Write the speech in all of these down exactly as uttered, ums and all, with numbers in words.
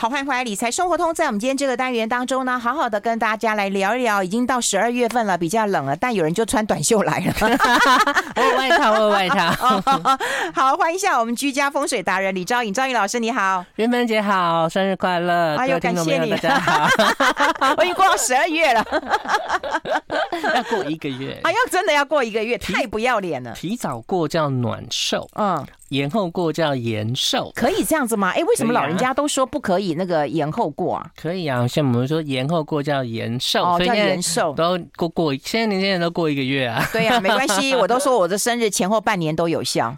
好，欢迎回来理财生活通。在我们今天这个单元当中呢，好好的跟大家来聊一聊。已经到十二月份了，比较冷了，但有人就穿短袖来了。 我有外套，我有外套。 好，欢迎一下我们居家风水达人李昭颖，昭颖老师你好。 云芬姐好，生日快乐！ 哎呦，感谢你， 大家好。 我已经过到十二月了， 要过一个月。 哎呦，真的要过一个月，太不要脸了。 提早过叫暖寿，嗯。延后过叫延寿， 可以这样子吗？哎、欸，为什么老人家都说不可以那个延后过啊？ 可以啊，像我们说延后过叫延寿， 哦，叫延寿， 都过过，现在年轻人都过一个月啊。 对啊，没关系，我都说我的生日前后半年都有效。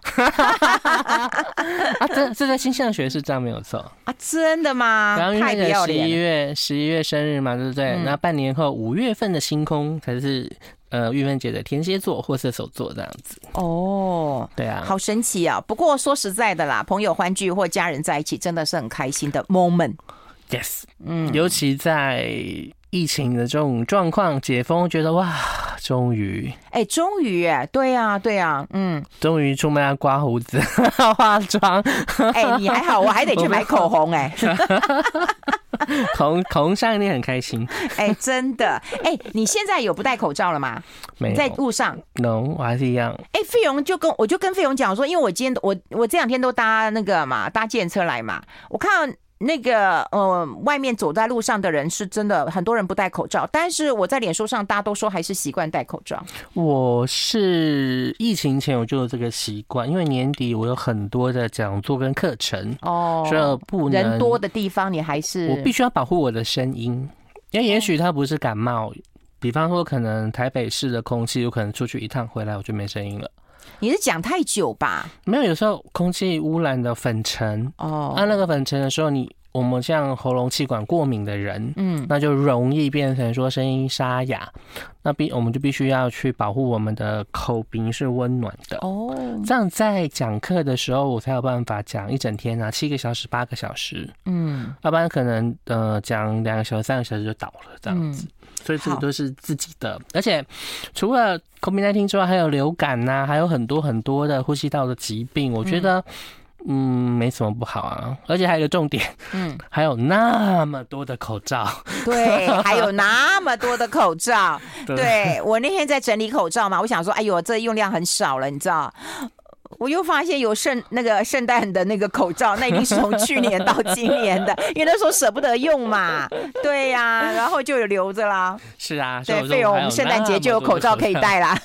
啊，这这在星象学是这样没有错啊，真的吗？ 然后太不要脸了。 十一月十一月生日嘛，对不对？那、嗯、半年后五月份的星空才是。呃，玉芬姐的天蝎座或射手座这样子哦， 对啊， 好神奇啊！不过说实在的啦，朋友欢聚或家人在一起，真的是很开心的 moment。Yes， 嗯，尤其在疫情的这种状况，解封，觉得哇，终于， 哎、欸，终于，哎，对啊，对啊，嗯， 终于出门要刮胡子、化妆。 哎、欸，你还好，我还得去买口红、欸，哎。 口红口红上一定很开心， 哎、欸，真的，哎、欸，你现在有不戴口罩了吗？ 没有， 在路上 ，no， 我还是一样。 哎、欸，费勇就跟我就跟费勇讲说，因为我今天我我这两天都搭那个嘛，搭计程车来嘛，我看到那个呃外面走在路上的人是真的很多人不戴口罩，但是我在脸书上大家都说还是习惯戴口罩。 我是疫情前我就有这个习惯，因为年底我有很多的讲座跟课程哦，所以不能人多的地方你还是我必须要保护我的声音，因为也许它不是感冒，比方说可能台北市的空气有可能出去一趟回来我就没声音了。 你是讲太久吧？ 没有，有时候空气污染的粉尘哦，按、啊、那个粉尘的时候，你我们像喉咙气管过敏的人，嗯，那就容易变成说声音沙哑，那必我们就必须要去保护我们的口鼻是温暖的哦，这样在讲课的时候，我才有办法讲一整天啊，七个小时、八个小时，嗯，要不然可能呃讲两个小时、三个小时就倒了这样子。嗯，所以这个都是自己的，而且除了 COVID 十九 之外，还有流感呐、啊，还有很多很多的呼吸道的疾病。我觉得，嗯，没什么不好啊。而且还有一个重点，嗯，还有那么多的口罩， 对，还有那么多的口罩。对, 对我那天在整理口罩嘛，我想说，哎呦，这用量很少了，你知道。我又发现有圣那个圣诞的那个口罩，那一定是从去年到今年的，因为那时候舍不得用嘛，对呀、啊，然后就有留着啦。 是啊， 对，费用我们圣诞节就有口罩可以戴啦。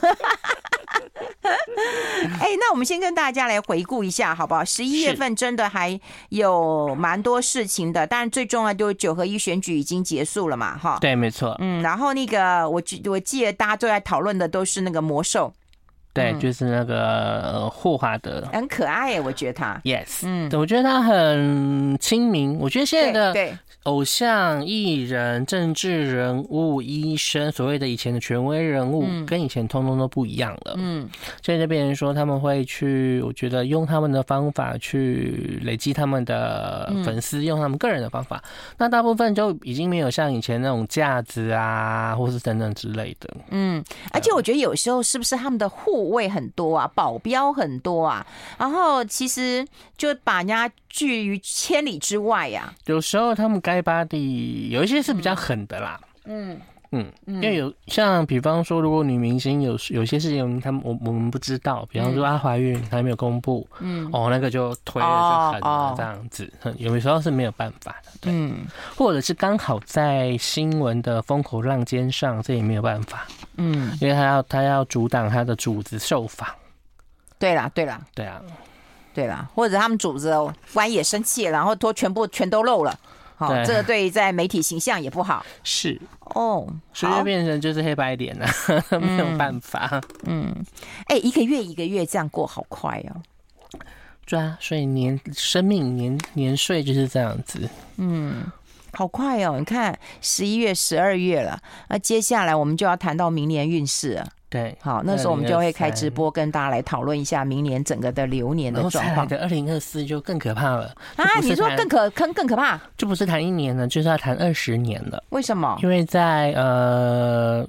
哎、欸，那我们先跟大家来回顾一下，好不好？十一月份真的还有蛮多事情的，当然最重要就是九合一选举已经结束了嘛，哈。 对，没错。 嗯，然后那个我我记得大家都在讨论的都是那个魔兽。 对，就是那个霍华德， 很可爱耶，我觉得他。 Yes， 嗯，我觉得他很亲民。我觉得现在的偶像、艺人、政治人物、医生，所谓的以前的权威人物，嗯、跟以前通通都不一样了。嗯，现在变成说他们会去，我觉得用他们的方法去累积他们的粉丝，嗯、用他们个人的方法。那大部分就已经没有像以前那种架子啊，或是等等之类的。 嗯，而且我觉得有时候是不是他们的护卫很多啊，保镖很多啊，然后其实就把人家拒于千里之外呀、啊。 有时候他们该巴的有一些是比较狠的啦，嗯嗯，因为有像比方说，如果女明星有有些事情，他们我我们不知道，比方说她怀孕还没有公布，嗯，哦那个就推了就狠了这样子，哦哦、有时候是没有办法的，对，嗯，或者是刚好在新闻的风口浪尖上，这也没有办法，嗯，因为他要他要阻挡他的主子受访， 对啦对啦对啊对啦，或者他们主子万一也生气了，然后都全部全都漏了。好，这个对在媒体形象也不好。 是哦， 所以就变成就是黑白脸了、啊，没有办法。 嗯，哎、欸，一个月一个月这样过，好快哦。 对啊，所以年生命年年岁就是这样子。 嗯，好快哦！你看十一月、十二月了，那接下来我们就要谈到明年运势了。 对， 好，那时候我们就会开直播，跟大家来讨论一下明年整个的流年的状况。 的二零二四就更可怕了啊！你说更可更更可怕， 就不是谈一年了，就是要谈二十年了。 为什么？ 因为在呃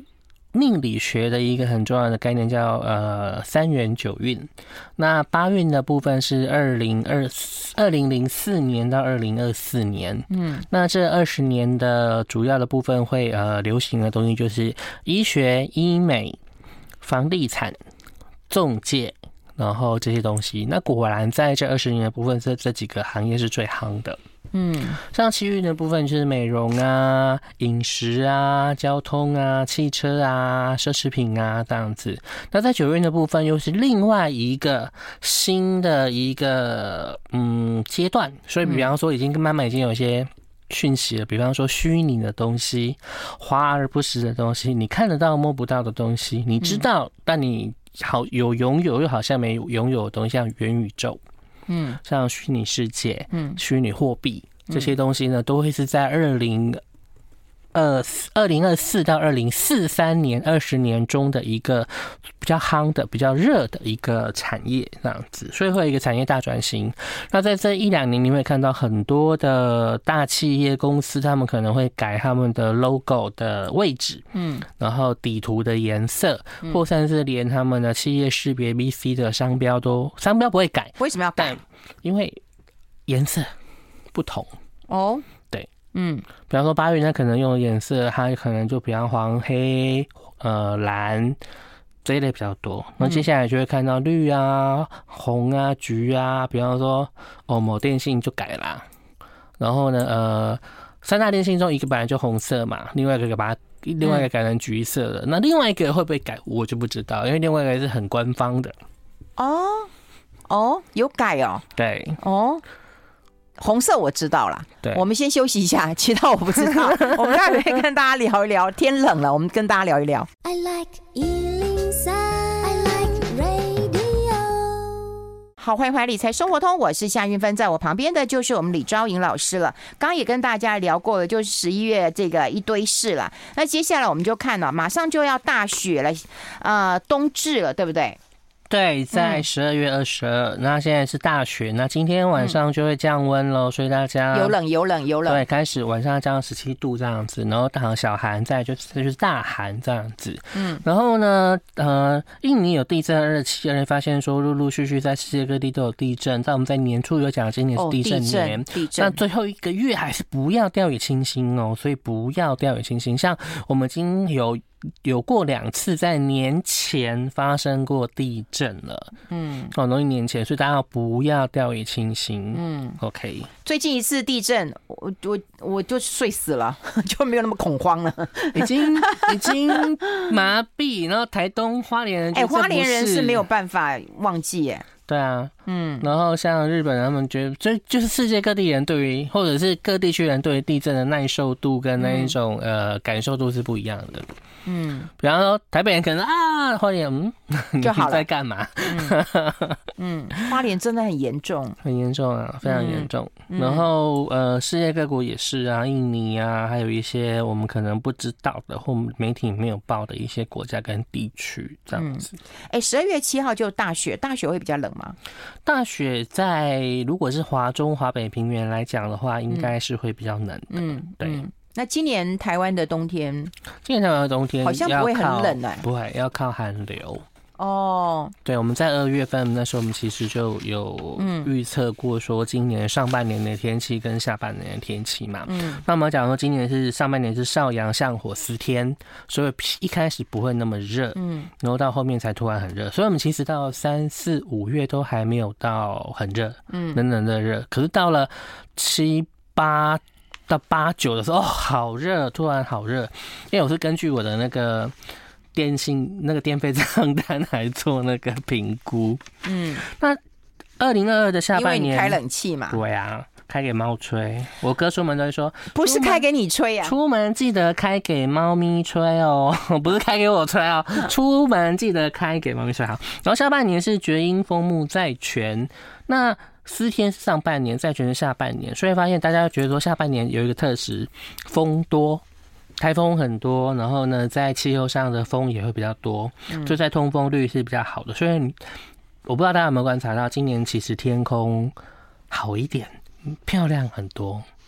命理学的一个很重要的概念叫呃三元九运，那八运的部分是二零二二零零四年到二零二四年，嗯，那这二十年的主要的部分会呃流行的东西就是医学、医美、房地产、仲介，然后这些东西，那果然在这二十年的部分，这这几个行业是最夯的。嗯，像七运的部分就是美容啊、饮食啊、交通啊、汽车啊、奢侈品啊这样子。那在九运的部分又是另外一个新的一个嗯阶段，所以比方说已经慢慢已经有一些讯息了，比方说虚拟的东西、华而不实的东西，你看得到摸不到的东西，你知道，嗯、但你好有拥有又好像没有拥有的东西，像元宇宙。嗯，像虚拟世界、嗯，虚拟货币这些东西呢，都会是在二零二二零二四到二零四三年二十年中的一个比较夯的、比较热的一个产业这样子，所以会有一个产业大转型。那在这一两年，你会看到很多的大企业公司，他们可能会改他们的 logo 的位置，嗯，然后底图的颜色，或甚至连他们的企业识别 V C 的商标都商标不会改， 为什么要改？ 因为颜色不同哦。 嗯，比方说八运，它可能用的颜色，它可能就比方黄、黑、呃蓝这一类比较多。那接下来就会看到绿啊、红啊、橘啊。比方说，哦，某电信就改啦。然后呢，呃，三大电信中一个本来就红色嘛，另外一个把它另外一个改成橘色的。那另外一个会不会改，我就不知道，因为另外一个是很官方的。 哦哦，有改哦。 对。 哦。红色我知道啦， 对， 我们先休息一下，其他我不知道。我们待会跟大家聊一聊，天冷了，我们跟大家聊一聊。I like 一零三 I like radio。好，欢迎回来理财生活通，我是夏云芬，在我旁边的就是我们李昭颖老师了。刚刚也跟大家聊过了，就是十一月这个一堆事了。那接下来我们就看了，马上就要大雪了，呃，冬至了，对不对？ 对，在十二月二十二，那现在是大雪，那今天晚上就会降温咯，所以大家有冷有冷有冷， 对，开始晚上降到十七度这样子，然后大小寒，再就是就是大寒这样子，嗯，然后呢，呃，印尼有地震二十七，人发现说陆陆续续在世界各地都有地震，在我们在年初有讲今年是地震年， 哦、地震， 那最后一个月还是不要掉以轻心哦，所以不要掉以轻心，像我们已经有。有过两次在年前发生过地震了，嗯，哦，农历年前，所以大家不要掉以轻心，嗯 ，OK。 最近一次地震，我我我就睡死了，就没有那么恐慌了， 已经已经麻痹，然后台东花莲人，哎、 欸，花莲人是没有办法忘记耶。 对啊，嗯，然后像日本人，他们觉得就就是世界各地人对于，或者是各地区人对于地震的耐受度跟那一种、嗯、呃感受度是不一样的。嗯，比方说台北人可能啊，花莲嗯就好了， 你在干嘛？ 嗯, 嗯，花莲真的很严重， 很严重啊，非常严重。嗯、然后呃，世界各国也是啊，印尼啊，还有一些我们可能不知道的或媒体没有报的一些国家跟地区这样子。 哎、嗯，十二月七号就大雪，大雪会比较冷吗？ 大雪在如果是华中、华北平原来讲的话，应该是会比较冷的。嗯，对。嗯， 那今年台湾的冬天， 今年台湾的冬天好像不会很冷哎、欸， 不会，要靠寒流。 哦， 对，我们在二月份那时候，我们其实就有预测过说，今年上半年的天气跟下半年的天气嘛。嗯，那我们讲说，今年是上半年是少阳上火四天，所以一开始不会那么热，嗯，然后到后面才突然很热，所以我们其实到三四五月都还没有到很热，嗯，冷冷的热，可是到了七八到八九的时候，哦，好热，突然好热，因为我是根据我的那个。电信那个电费账单来做那个评估，嗯，那二零二二的下半年， 因为你开冷气嘛， 对啊，开给猫吹。我哥出门都会说， 不是开给你吹啊， 出门记得开给猫咪吹哦，不是开给我吹哦，出门记得开给猫咪吹好。然后下半年是厥阴风木在权，那司天是上半年，在权是下半年，所以发现大家觉得说下半年有一个特质，风多。台风很多，然后呢，在气候上的风也会比较多，就在通风率是比较好的。所以我不知道大家有没有观察到，今年其实天空好一点，漂亮很多。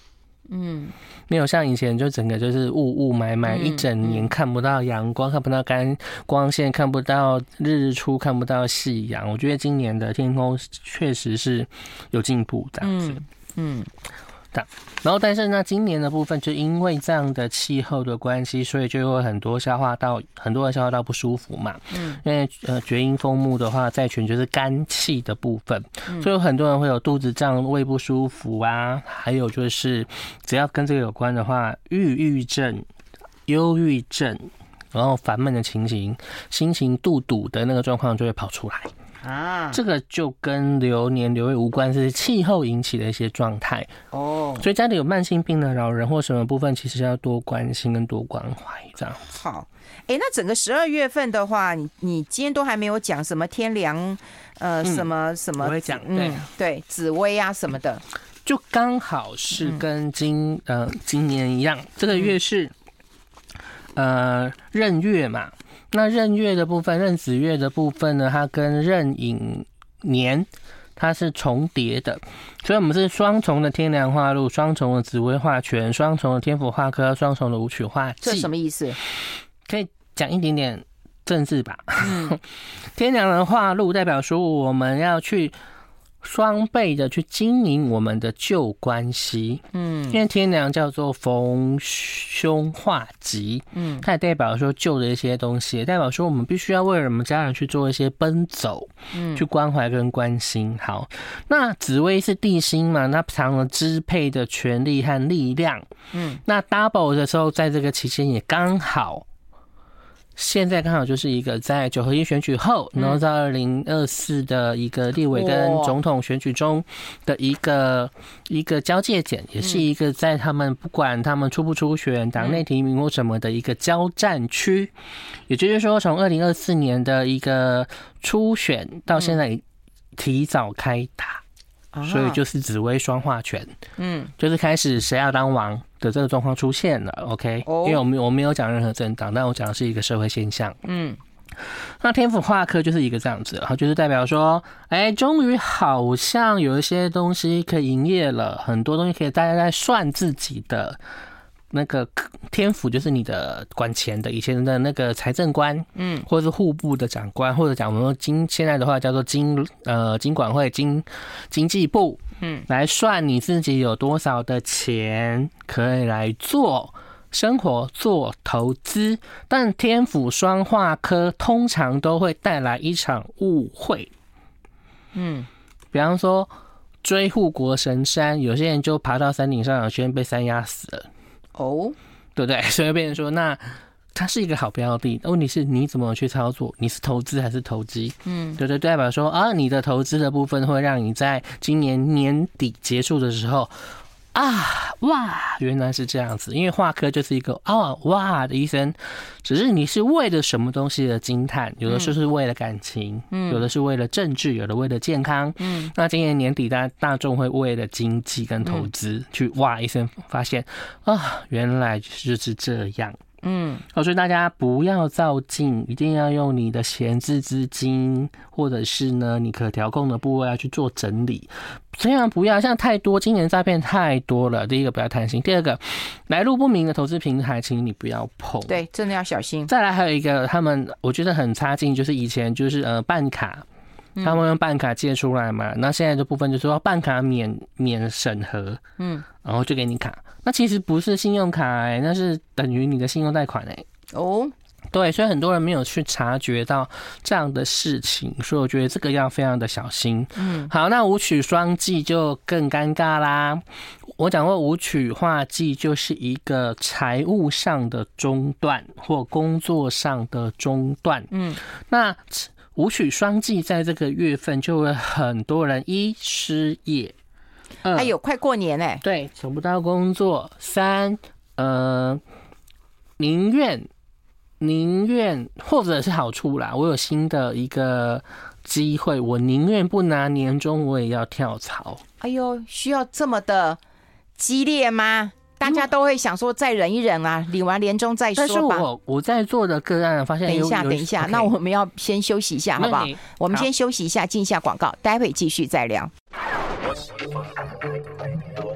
嗯，没有像以前就整个就是雾雾霾霾，一整年看不到阳光，看不到干光线，看不到日出，看不到夕阳。我觉得今年的天空确实是有进步这样子。嗯。嗯，然后，但是呢，今年的部分就因为这样的气候的关系，所以就会很多消化道，很多人消化道不舒服嘛。嗯，因为呃，厥阴风木的话，在全就是肝气的部分，所以有很多人会有肚子胀、胃不舒服啊，还有就是只要跟这个有关的话，抑郁症、忧郁症，然后烦闷的情形、心情肚堵的那个状况就会跑出来。啊，这个就跟流年流月无关，是气候引起的一些状态哦。所以家里有慢性病的老人或什么部分，其实要多关心跟多关怀这样。 好，哎、欸，那整个十二月份的话，你你今天都还没有讲什么天梁，呃，什么什么， 我会讲，对、嗯、 对，紫微啊什么的， 就刚好是跟今、嗯、呃今年一样，这个月是、嗯、呃壬月嘛。那壬月的部分，壬子月的部分呢，它跟壬寅年它是重叠的，所以我们是双重的天梁化禄，双重的紫微化权，双重的天府化科，双重的武曲化忌。 这什么意思？ 可以讲一点点政治吧。嗯、天梁的化禄代表说我们要去双倍的去经营我们的旧关系，嗯，因为天梁叫做逢凶化吉，嗯，它也代表说旧的一些东西，也代表说我们必须要为了我们家人去做一些奔走，嗯，去关怀跟关心。好，那紫微是地星嘛，那常常支配的权力和力量，嗯，那 double 的时候，在这个期间也刚好。现在刚好就是一个在九合一选举后，然后在二零二四的一个立委跟总统选举中的一个一个交界点，也是一个在他们不管他们出不出选、党内提名或什么的一个交战区。也就是说，从二零二四年的一个初选到现在提早开打。所以就是紫微双化权，嗯，就是开始谁要当王的这个状况出现了 ，OK？、哦、因为我没我没有讲任何政党，但我讲的是一个社会现象，嗯。那天府化科就是一个这样子，然后就是代表说，哎，终于好像有一些东西可以营业了，很多东西可以大家在算自己的。那个天府就是你的管钱的，以前的那个财政官，嗯，或者是户部的长官，或者讲我们说经现在的话叫做经呃经管会经经济部，嗯，来算你自己有多少的钱可以来做生活做投资，但天府双化科通常都会带来一场误会，嗯，比方说追护国神山，有些人就爬到山顶上，有些人被山压死了。哦，对不对？所以变成说，那它是一个好标的，问题是你怎么去操作？你是投资还是投机？嗯，对对，代表说啊，你的投资的部分会让你在今年年底结束的时候啊，哇，原来是这样子。因为化科就是一个啊哇的一声，只是你是为了什么东西的惊叹，有的是为了感情，嗯，有的是为了政治，有的为了健康，嗯，那今年年底大大众会为了经济跟投资去哇一声，发现啊，原来就是这样。嗯，所以大家不要躁进，一定要用你的闲置资金，或者是呢你可调控的部位要去做整理。千万不要像太多，今年诈骗太多了。第一个不要贪心，第二个来路不明的投资平台，请你不要碰。 对，真的要小心。 再来还有一个，他们我觉得很差劲，就是以前就是呃办卡。他们用办卡借出来嘛，那现在这部分就说办卡免免审核，嗯，然后就给你卡。那其实不是信用卡哎、欸，那是等于你的信用贷款哎、欸。哦，对，所以很多人没有去察觉到这样的事情，所以我觉得这个要非常的小心。嗯，好，那武曲双忌就更尴尬啦。我讲过，武曲化忌就是一个财务上的中断或工作上的中断。嗯，那。武曲双忌在这个月份就会很多人一失业， 二哎呦快过年哎、欸， 对，找不到工作，三呃宁愿宁愿或者是好处啦，我有新的一个机会，我宁愿不拿年终，我也要跳槽。 哎呦，需要这么的激烈吗？大家都会想说再忍一忍啊，领完年终再说吧。 但是我我在做的个案发现， 等一下，等一下， okay. 那我们要先休息一下，好不好？我们先休息一下，进一下广告，待会继续再聊。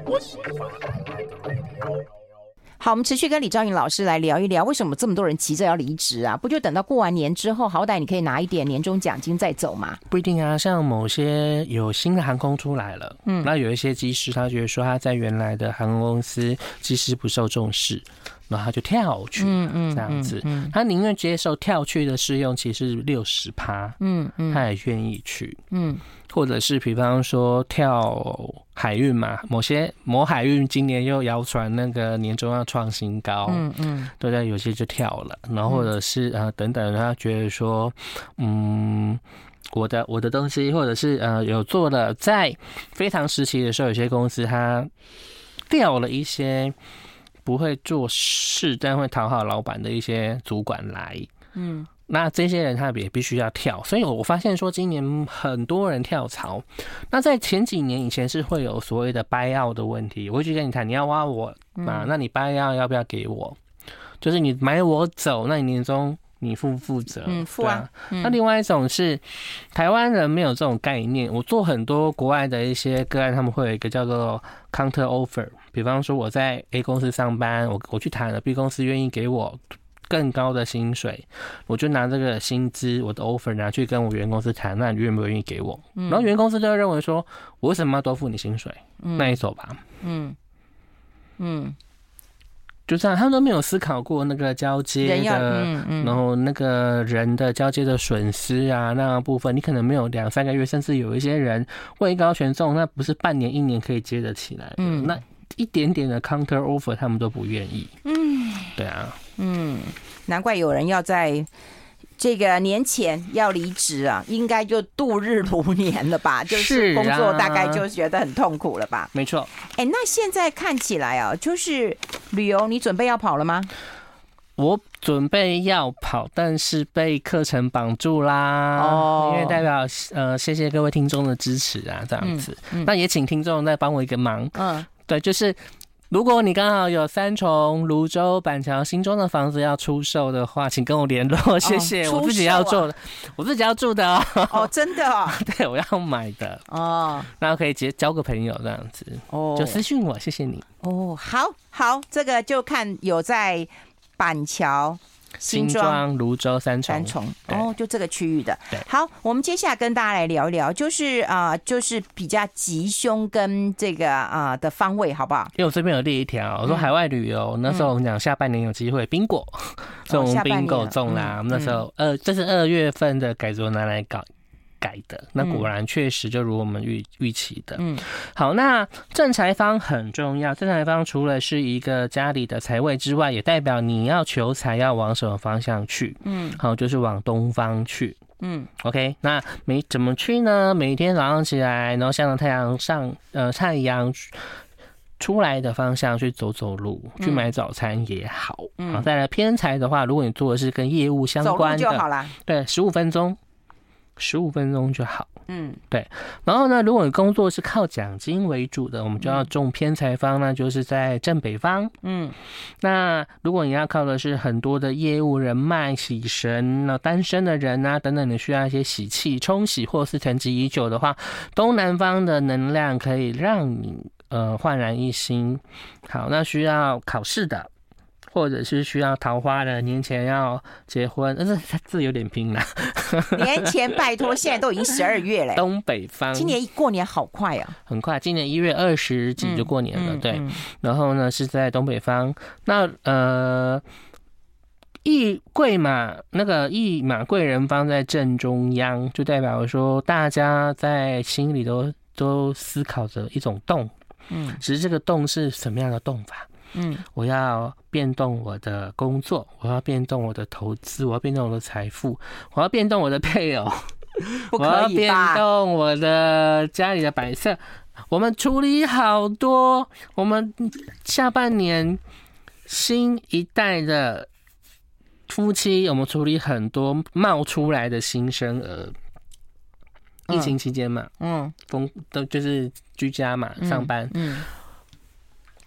好，我们持续跟李昭颖老师来聊一聊，为什么这么多人急着要离职啊？不就等到过完年之后，好歹你可以拿一点年终奖金再走嘛？ 不一定啊，像某些有新的航空出来了，嗯，那有一些机师他觉得说他在原来的航空公司机师不受重视，然后他就跳去，嗯嗯，这样子，嗯嗯、他宁愿接受跳去的试用期是六十趴，嗯嗯，他也愿意去，嗯。或者是比方说跳海运嘛，某些某海运今年又谣传那个年终要创新高，嗯嗯，对对，有些就跳了，然后或者是呃等等，他觉得说，嗯，我的我的东西，或者是呃有做了，在非常时期的时候，有些公司他调了一些不会做事但会讨好老板的一些主管来，嗯。那这些人他也必须要跳，所以我发现说今年很多人跳槽。那在前几年以前是会有所谓的 buy out 的问题，我会去跟你谈，你要挖我嘛，那你 buy out 要不要给我？就是你买我走，那你年终你负不负责？ 嗯，负啊。 嗯、那另外一种是台湾人没有这种概念，我做很多国外的一些个案，他们会有一个叫做 counter offer， 比方说我在 A 公司上班，我我去谈了 B 公司愿意给我更高的薪水，我就拿这个薪资，我的 offer 拿去跟我原公司谈，那你愿不愿意给我？嗯、然后原公司就会认为说，我为什么要多付你薪水？嗯、那你走吧。嗯嗯，就这样，他们都没有思考过那个交接的，嗯嗯、然后那个人的交接的损失啊，那个部分你可能没有两三个月，甚至有一些人位高权重，那不是半年一年可以接得起来的。嗯，那一点点的 counter offer 他们都不愿意。嗯，对啊。 嗯，难怪有人要在这个年前要离职啊，应该就度日如年了吧？就是工作大概就觉得很痛苦了吧？ 没错。 哎，那现在看起来啊，就是旅游，你准备要跑了吗？ 我准备要跑，但是被课程绑住啦。哦，因为代表呃，谢谢各位听众的支持啊，这样子。嗯嗯、那也请听众再帮我一个忙。嗯，对，就是。如果你刚好有三重、蘆洲、板桥、新庄的房子要出售的话，请跟我联络，谢谢。哦啊、我自己要做的，我自己要住的哦。 哦，真的哦。 对，我要买的哦。然后可以直接交个朋友这样子哦，就私讯我，谢谢你。 哦，好好，这个就看有在板桥。 新庄、蘆洲、三重， 三重哦，就这个区域的。好，我们接下来跟大家来聊一聊，就是啊、呃，就是比较吉凶跟这个啊、呃、的方位，好不好？ 因为我这边有列一条，我说海外旅游，嗯、那时候我们讲下半年有机会宾果中宾果中啦，我们那时候二这是二月份的改作拿来搞。改的那果然确实就如我们预预期的。嗯，好，那正财方很重要。正财方除了是一个家里的财位之外，也代表你要求财要往什么方向去。嗯，好，就是往东方去。嗯 ，OK， 那每怎么去呢？每天早上起来，然后向着太阳上呃太阳出来的方向去走走路，去买早餐也好。嗯，好，再来偏财的话，如果你做的是跟业务相关的， 走路就好啦。对， 十五分钟。十五分钟就好，嗯，对。然后呢，如果你工作是靠奖金为主的，我们就要中偏财方，那就是在正北方，嗯。那如果你要靠的是很多的业务人脉、喜神，那单身的人啊等等，你需要一些喜气冲洗或是沉寂已久的话，东南方的能量可以让你呃焕然一新。好，那需要考试的。或者是需要桃花的，年前要结婚，但是这有点拼啦。 年前拜托，现在都已经十二月了。 东北方， 今年过年好快啊， 很快，今年一月二十几就过年了，嗯、对。嗯、然后呢，是在东北方，那呃，一贵马那个一马贵人方在正中央，就代表说大家在心里都都思考着一种动，嗯，只是这个动是什么样的动法？嗯，我要变动我的工作，我要变动我的投资，我要变动我的财富，我要变动我的配偶， 不可以吧？ 我要变动我的家里的摆设。我们处理好多，我们下半年新一代的夫妻，我们处理很多冒出来的新生儿。疫情期间嘛，嗯，风都就是居家嘛，上班，嗯。嗯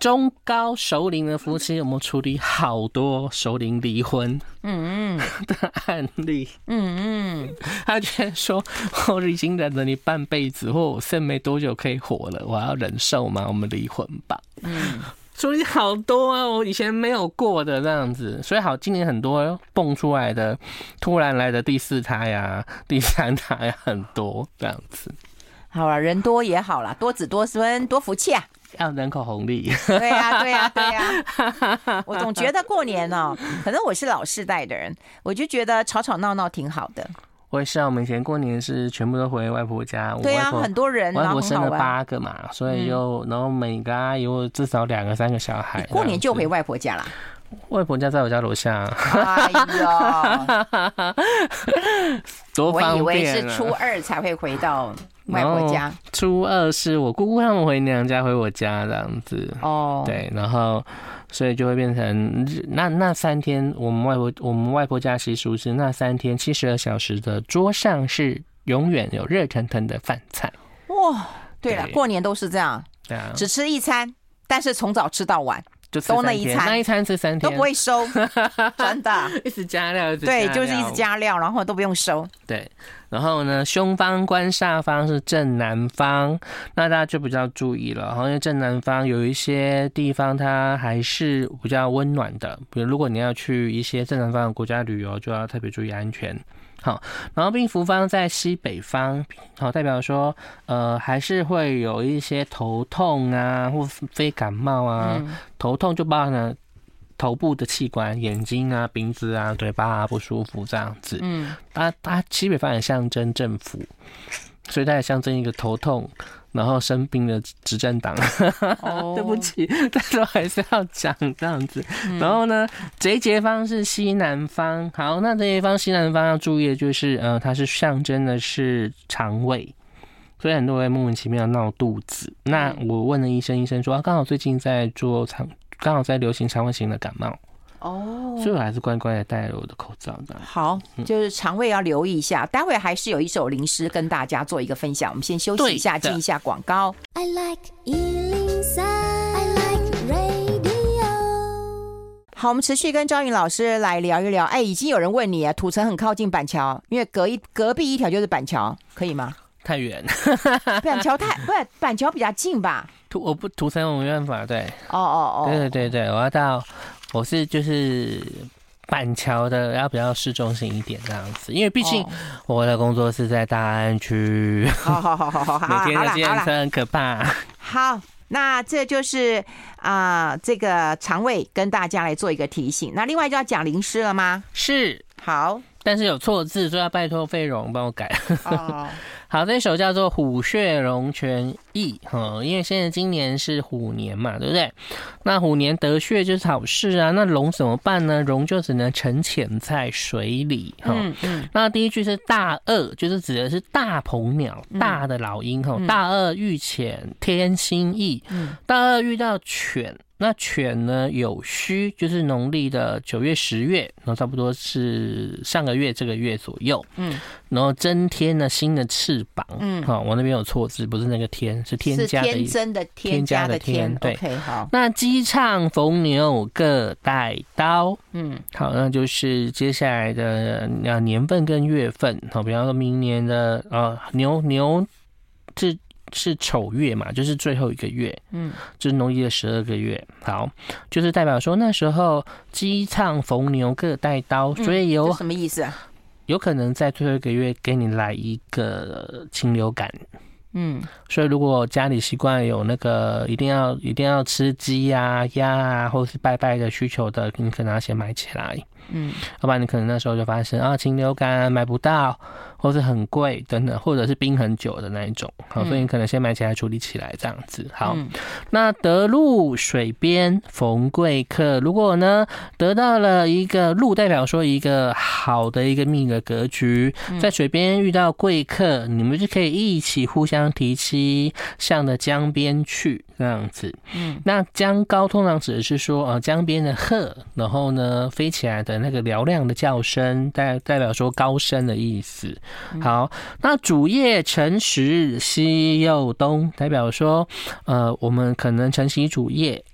中高熟龄的夫妻，我们处理好多熟龄离婚嗯嗯的案例。嗯嗯，他居然说我已经忍了你半辈子，或我剩没多久可以活了，我要忍受吗？我们离婚吧。嗯，处理好多啊，我以前没有过的这样子。所以好，今年很多蹦出来的，突然来的第四胎呀、第三胎呀，很多这样子。 好了，人多也好了，多子多孙多福气啊。 要人口红利， 对呀、啊，对呀、啊，对呀、啊。我总觉得过年哦，可能我是老世代的人，我就觉得吵吵闹闹挺好的。 我也是啊，我们以前过年是全部都回外婆家。 对啊，很多人， 外婆生了八个嘛，所以就、嗯、然后每个阿姨有至少两个、三个小孩。 过年就回外婆家啦。 外婆家在我家楼下。 哎呀， 多方便、啊！ 我以为是初二才会回到外婆家。 初二是我姑姑他们回娘家，回我家这样子。哦，对，然后所以就会变成那那三天，我们外婆我们外婆家习俗是那三天七十二小时的桌上是永远有热腾腾的饭菜。哇， 对了，过年都是这样，对啊，只吃一餐，但是从早吃到晚。 就都那一餐，那一餐吃三天都不会收，真的， 一直加料，一直加料， 对，就是一直加料，然后都不用收。 对，然后呢，凶方官煞方是正南方，那大家就比较注意了，因为正南方有一些地方它还是比较温暖的，比如如果你要去一些正南方的国家旅游，就要特别注意安全。好，然后病符方在西北方，好，代表说，呃，还是会有一些头痛啊，或非感冒啊，嗯、头痛就包含了头部的器官，眼睛啊、鼻子啊、嘴巴啊不舒服这样子。嗯，它它西北方也象征政府，所以它也象征一个头痛。然后生病的执政党，哦、对不起，但是我还是要讲这样子。嗯、然后呢，这一节方是西南方，好，那这一方西南方要注意的就是，呃，它是象征的是肠胃，所以很多人莫名其妙闹肚子。那我问了医生，医生说，刚好最近在做肠，刚好在流行肠胃型的感冒。哦，所以我还是乖乖的戴了我的口罩的。 好，就是肠胃要留意一下。待会还是有一首灵诗跟大家做一个分享，我们先休息一下，进一下广告。I like 一零三 I like radio。好，我们持续跟昭允老师来聊一聊。哎，已经有人问你啊，土城很靠近板桥，因为隔一隔壁一条就是板桥，可以吗？ 太远， 板桥太不是板桥比较近吧？ 土我不土城我没办法，对。 哦哦哦， 对对对对，我要到。我是就是板桥的，要比较市中心一点这样子，因为毕竟我的工作是在大安区。好好好好好，每天的健身很可怕。 好，那这就是啊、呃，这个肠胃跟大家来做一个提醒。那另外就要讲灵诗了吗？ 是， 好， 但是有错字，所以要拜托费荣帮我改。哦。好，这首叫做虎穴龙泉驿，因为现在今年是虎年嘛，对不对？那虎年得穴就是好事啊，那龙怎么办呢？龙就只能沉潜在水里。嗯嗯。那第一句是大鳄，就是指的是大鹏鸟，大的老鹰。嗯、大鳄遇潜天心意。嗯。大鳄遇到犬。那犬呢有戌，就是农历的九月、十月，然后差不多是上个月这个月左右。嗯，然后增添了新的翅膀。嗯，好，我那边有错字，不是那个天，是添加的， 是天真的添加的天。 对， okay, 好。 那鸡唱逢牛各带刀。嗯，好，那就是接下来的年份跟月份。好，比方说明年的呃牛牛是。是丑月嘛，就是最后一个月，嗯，就是农历的十二个月。好，就是代表说那时候鸡唱逢牛各带刀，所以有、 嗯、什么意思啊？ 有可能在最后一个月给你来一个禽流感。嗯，所以如果家里习惯有那个一定要一定要吃鸡啊、鸭啊，或是拜拜的需求的，你可能要先买起来。嗯，要不然你可能那时候就发现啊，禽流感买不到，或是很贵等等，或者是冰很久的那一种。好，所以你可能先买起来处理起来这样子。好，嗯、那得路水边逢贵客，如果呢得到了一个路，代表说一个好的一个命的格局，在水边遇到贵客，你们就可以一起互相提携，向着江边去这样子。嗯，那江高通常指的是说呃江边的鹤，然后呢飞起来的那个嘹亮的叫声，代代表说高升的意思。好，那主业辰时西又东，代表说呃我们可能承袭主业，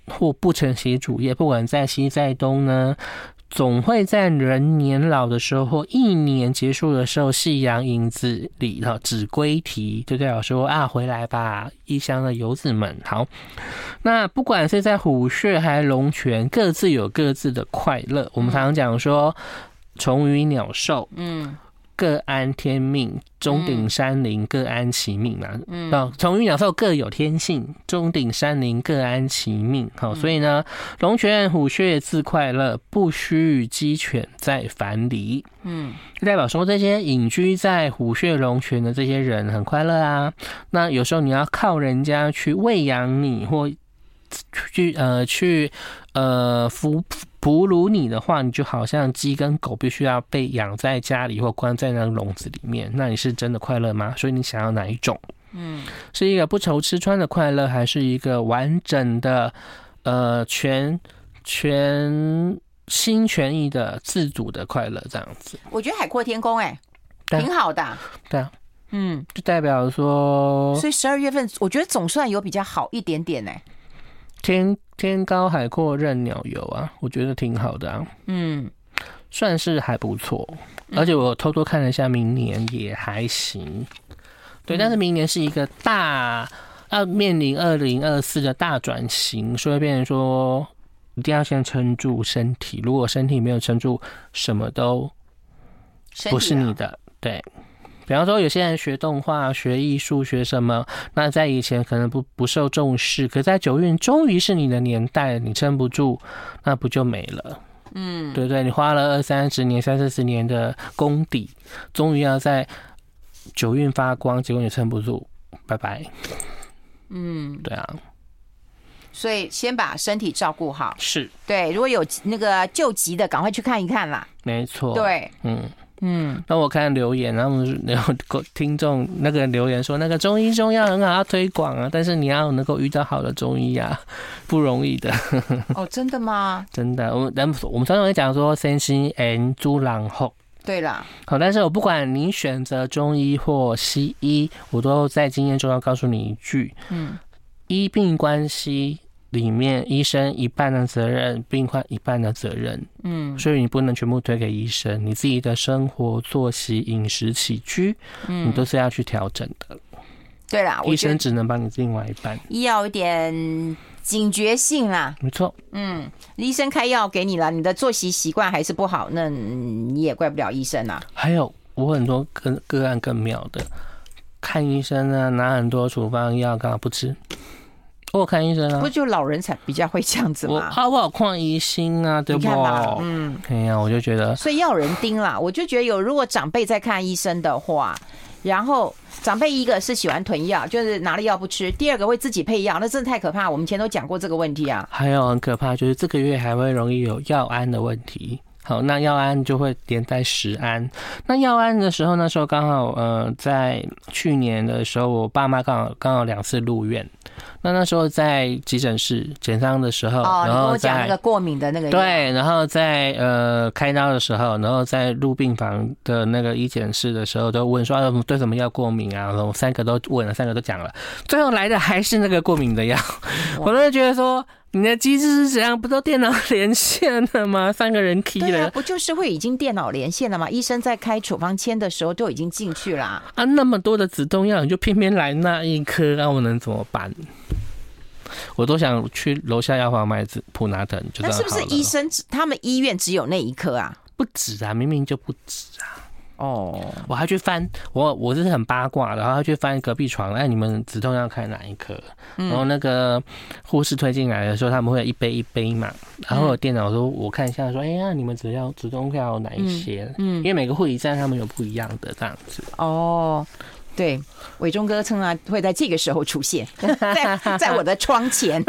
或不承袭主业，不管在西在东呢，总会在人年老的时候或一年结束的时候，夕阳影子里哈指归啼，就代表说啊，回来吧，异乡的游子们。好，那不管是在虎穴还是龙泉，各自有各自的快乐。我们常常讲说，虫鱼鸟兽，嗯。各安天命，钟鼎山林各安其命嘛。嗯，虫鱼鸟兽各有天性，钟鼎山林各安其命。好，所以呢，龙泉虎穴自快乐，不须鸡犬在樊篱。嗯，代表说这些隐居在虎穴龙泉的这些人很快乐啊。那有时候你要靠人家去喂养你，或去呃去呃服。哺乳你的话，你就好像鸡跟狗必须要被养在家里或关在那个笼子里面，那你是真的快乐吗？所以你想要哪一种？嗯，是一个不愁吃穿的快乐，还是一个完整的呃全全心全意的自主的快乐？这样子， 我觉得海阔天空哎、欸，挺好的、啊。 对啊，嗯，就代表说， 所以十二月份我觉得总算有比较好一点点哎、欸。 天天高海阔任鸟游啊，我觉得挺好的啊，嗯，算是还不错。而且我偷偷看了一下，明年也还行，对，但是明年是一个大要面临二零二四的大转型，所以变成说一定要先撑住身体，如果身体没有撑住，什么都不是你的，对。比方说有些人学动画学艺术学什么，那在以前可能不不受重视，可在九运终于是你的年代，你撑不住那不就没了，嗯，对不对？你花了二三十年三四十年的功底，终于要在九运发光，结果你撑不住，拜拜。嗯，对啊， 所以先把身体照顾好， 是对，如果有那个救急的赶快去看一看啦， 没错， 对， 嗯嗯，那我看留言，然后听众那个留言说，那个中医中药很好，要推广啊，但是你要能够遇到好的中医啊，不容易的。 哦，真的吗？ 真的，我们我们常常会讲说身心安猪狼后。 对啦， 好，但是我不管你选择中医或西医，我都在经验中要告诉你一句，嗯，医病关系里面，医生一半的责任，病患一半的责任，嗯，所以你不能全部推给医生，你自己的生活作息、饮食起居，嗯，你都是要去调整的。 对啦， 医生只能帮你另外一半， 要有点警觉性啦。 没错， 嗯，医生开药给你了，你的作息习惯还是不好，那你也怪不了医生啊。 还有我很多个个案更妙的，看医生啊，拿很多处方药，干嘛不吃？我看医生啊， 不就老人才比较会这样子吗？ 我好不好看医生啊？对不？ 你看吧，嗯， 哎呀，我就觉得， 所以要有人盯啦。我就觉得有，如果长辈在看医生的话，然后长辈一个是喜欢囤药，就是拿了药不吃；第二个会自己配药，那真的太可怕。我们以前都讲过这个问题啊。 还有很可怕，就是这个月还会容易有药安的问题。好，那药安就会连带食安。那药安的时候，那时候刚好呃，在去年的时候，我爸妈刚好刚好两次入院。那那时候在急诊室检伤的时候， 哦， 然后你跟我讲那个过敏的那个， 对，然后在呃开刀的时候，然后在入病房的那个医检室的时候，都问说、啊、对什么药过敏啊？然后三个都问了，三个都讲了，最后来的还是那个过敏的药。我都觉得说，你的机制是怎样？不都电脑连线了吗？三个人 key 了， 对啊，不就是会已经电脑连线了吗？医生在开处方签的时候都已经进去了啊， 那么多的止痛药，你就偏偏来那一颗，那我能怎么办？我都想去楼下药房买普拿疼，就这样好了。 那是不是医生他们医院只有那一颗啊？ 不止啊，明明就不止啊。哦，我还去翻，我我是很八卦的，然后去翻隔壁床，哎，你们止痛药开哪一颗？嗯、然后那个护士推进来的时候，他们会有一杯一杯嘛，然后有电脑说我看一下，说，哎呀，你们止药止痛药有哪一些？嗯，因为每个护理站他们有不一样的这样子。 哦。对，伟忠哥称啊会在这个时候出现，在在我的窗前，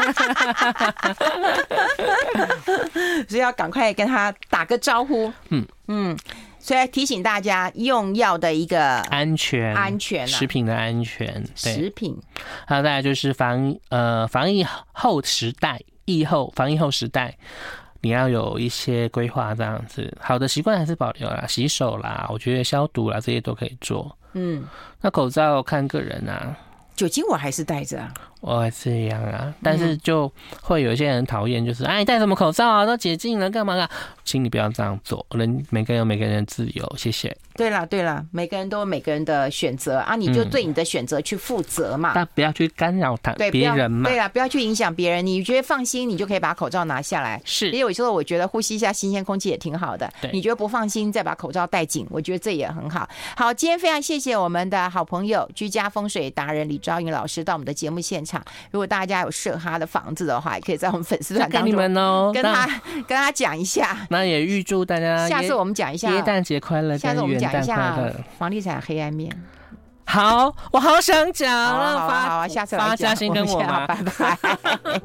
所以要赶快跟他打个招呼。嗯嗯，所以提醒大家用药的一个安全、 安全、啊、 食品的安全， 食品。 还有再来就是防呃防疫后时代、疫后防疫后时代。你要有一些规划，这样子好的习惯还是保留啦，洗手啦，我觉得消毒啦，这些都可以做。嗯，那口罩看个人啊， 酒精我还是戴着啊。 我还是一样啊，但是就会有一些人讨厌，就是哎，你戴什么口罩啊？都解禁了，干嘛啦？请你不要这样做，人每个人有每个人的自由，谢谢。 对啦对啦，每个人都有每个人的选择啊，你就对你的选择去负责嘛， 但不要去干扰他别人嘛。 对啦，不要去影响别人，你觉得放心，你就可以把口罩拿下来。 是， 因为有时候我觉得呼吸一下新鲜空气也挺好的。你觉得不放心，再把口罩戴紧，我觉得这也很好。好，今天非常谢谢我们的好朋友居家风水达人李昭云老师到我们的节目现场。如果大家有适合他的房子的话，也可以在我们粉丝团当中跟他跟他讲一下。 那也预祝大家下次我们讲一下耶诞节快乐， 下次我们讲一下房地产黑暗面。 好，我好想讲， 好啊好啊，下次来讲， 发嘉欣跟我嘛， 拜拜。